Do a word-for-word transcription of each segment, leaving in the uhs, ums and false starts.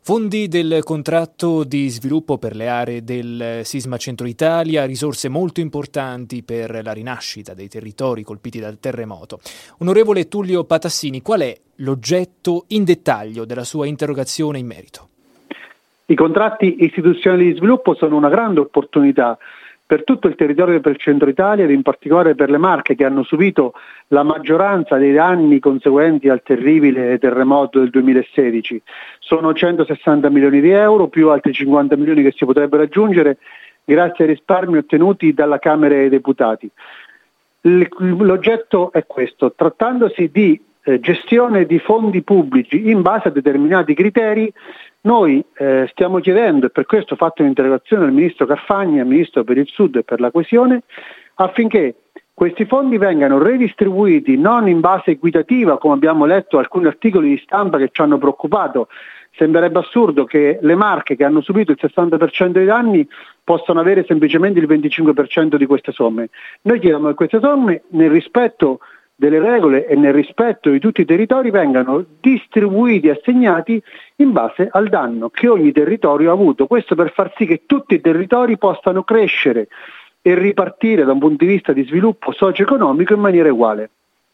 Fondi del contratto di sviluppo per le aree del sisma Centro Italia, risorse molto importanti per la rinascita dei territori colpiti dal terremoto. Onorevole Tullio Patassini, qual è l'oggetto in dettaglio della sua interrogazione in merito? I contratti istituzionali di sviluppo sono una grande opportunità per tutto il territorio del Centro Italia ed in particolare per le Marche, che hanno subito la maggioranza dei danni conseguenti al terribile terremoto del duemilasedici. Sono centosessanta milioni di euro più altri cinquanta milioni che si potrebbero aggiungere grazie ai risparmi ottenuti dalla Camera dei Deputati. L'oggetto è questo: trattandosi di eh, gestione di fondi pubblici in base a determinati criteri, noi eh, stiamo chiedendo, e per questo ho fatto un'interrogazione al Ministro Carfagna, al Ministro per il Sud e per la coesione, affinché questi fondi vengano redistribuiti non in base equitativa, come abbiamo letto alcuni articoli di stampa che ci hanno preoccupato. Sembrerebbe assurdo che le Marche, che hanno subito il sessanta per cento dei danni, possano avere semplicemente il venticinque per cento di queste somme. Noi chiediamo che queste somme, nel rispetto delle regole e nel rispetto di tutti i territori, vengano distribuiti e assegnati in base al danno che ogni territorio ha avuto. Questo per far sì che tutti i territori possano crescere e ripartire da un punto di vista di sviluppo socio-economico in maniera uguale.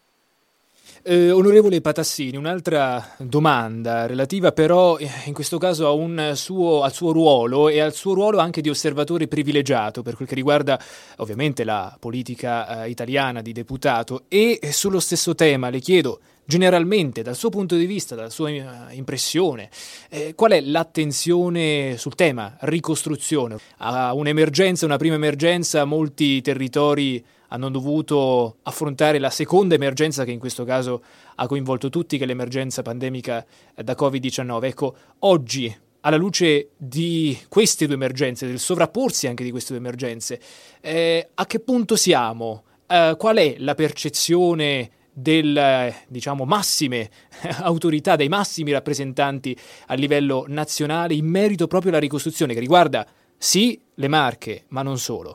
Eh, onorevole Patassini, un'altra domanda relativa però in questo caso a un suo, al suo ruolo e al suo ruolo anche di osservatore privilegiato per quel che riguarda ovviamente la politica eh, italiana di deputato, e sullo stesso tema le chiedo generalmente dal suo punto di vista, dalla sua impressione, eh, qual è l'attenzione sul tema ricostruzione? A un'emergenza, una prima emergenza, molti territori hanno dovuto affrontare la seconda emergenza, che in questo caso ha coinvolto tutti, che è l'emergenza pandemica da covid diciannove. Ecco, oggi, alla luce di queste due emergenze, del sovrapporsi anche di queste due emergenze, eh, a che punto siamo? Eh, qual è la percezione del, diciamo, massime autorità, dei massimi rappresentanti a livello nazionale in merito proprio alla ricostruzione, che riguarda sì le Marche, ma non solo?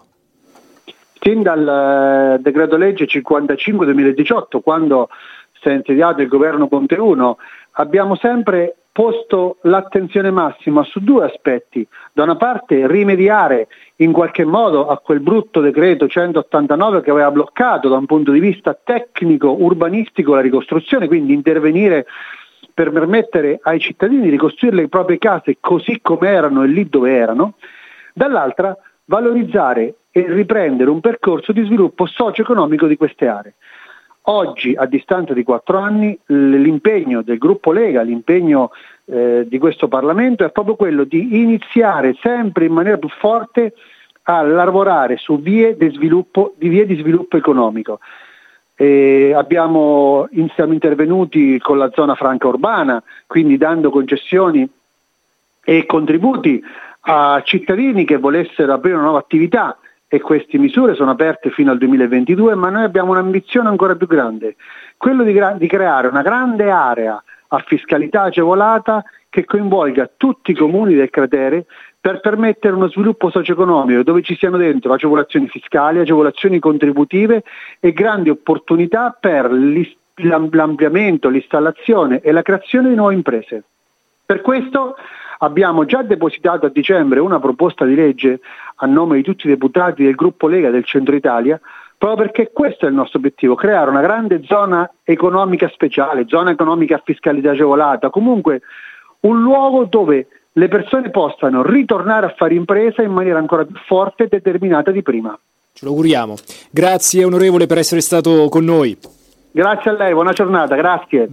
Sin dal decreto legge cinquantacinque duemiladiciotto, quando si è insediato il governo Conte uno, abbiamo sempre posto l'attenzione massima su due aspetti. Da una parte rimediare in qualche modo a quel brutto decreto centottantanove che aveva bloccato da un punto di vista tecnico, urbanistico la ricostruzione, quindi intervenire per permettere ai cittadini di ricostruire le proprie case così come erano e lì dove erano. Dall'altra valorizzare e riprendere un percorso di sviluppo socio-economico di queste aree. Oggi, a distanza di quattro anni, l'impegno del gruppo Lega, l'impegno eh, di questo Parlamento è proprio quello di iniziare sempre in maniera più forte a lavorare su vie di sviluppo, di vie di sviluppo economico. E abbiamo, siamo intervenuti con la zona franca urbana, quindi dando concessioni e contributi a cittadini che volessero aprire una nuova attività, e queste misure sono aperte fino al duemilaventidue, ma noi abbiamo un'ambizione ancora più grande, quello di, gra- di creare una grande area a fiscalità agevolata che coinvolga tutti i comuni del cratere per permettere uno sviluppo socio-economico dove ci siano dentro agevolazioni fiscali, agevolazioni contributive e grandi opportunità per l'ampliamento, l'installazione e la creazione di nuove imprese. Per questo abbiamo già depositato a dicembre una proposta di legge a nome di tutti i deputati del gruppo Lega del Centro Italia, proprio perché questo è il nostro obiettivo: creare una grande zona economica speciale, zona economica a fiscalità agevolata, comunque un luogo dove le persone possano ritornare a fare impresa in maniera ancora più forte e determinata di prima. Ce lo auguriamo. Grazie onorevole per essere stato con noi. Grazie a lei, buona giornata, grazie.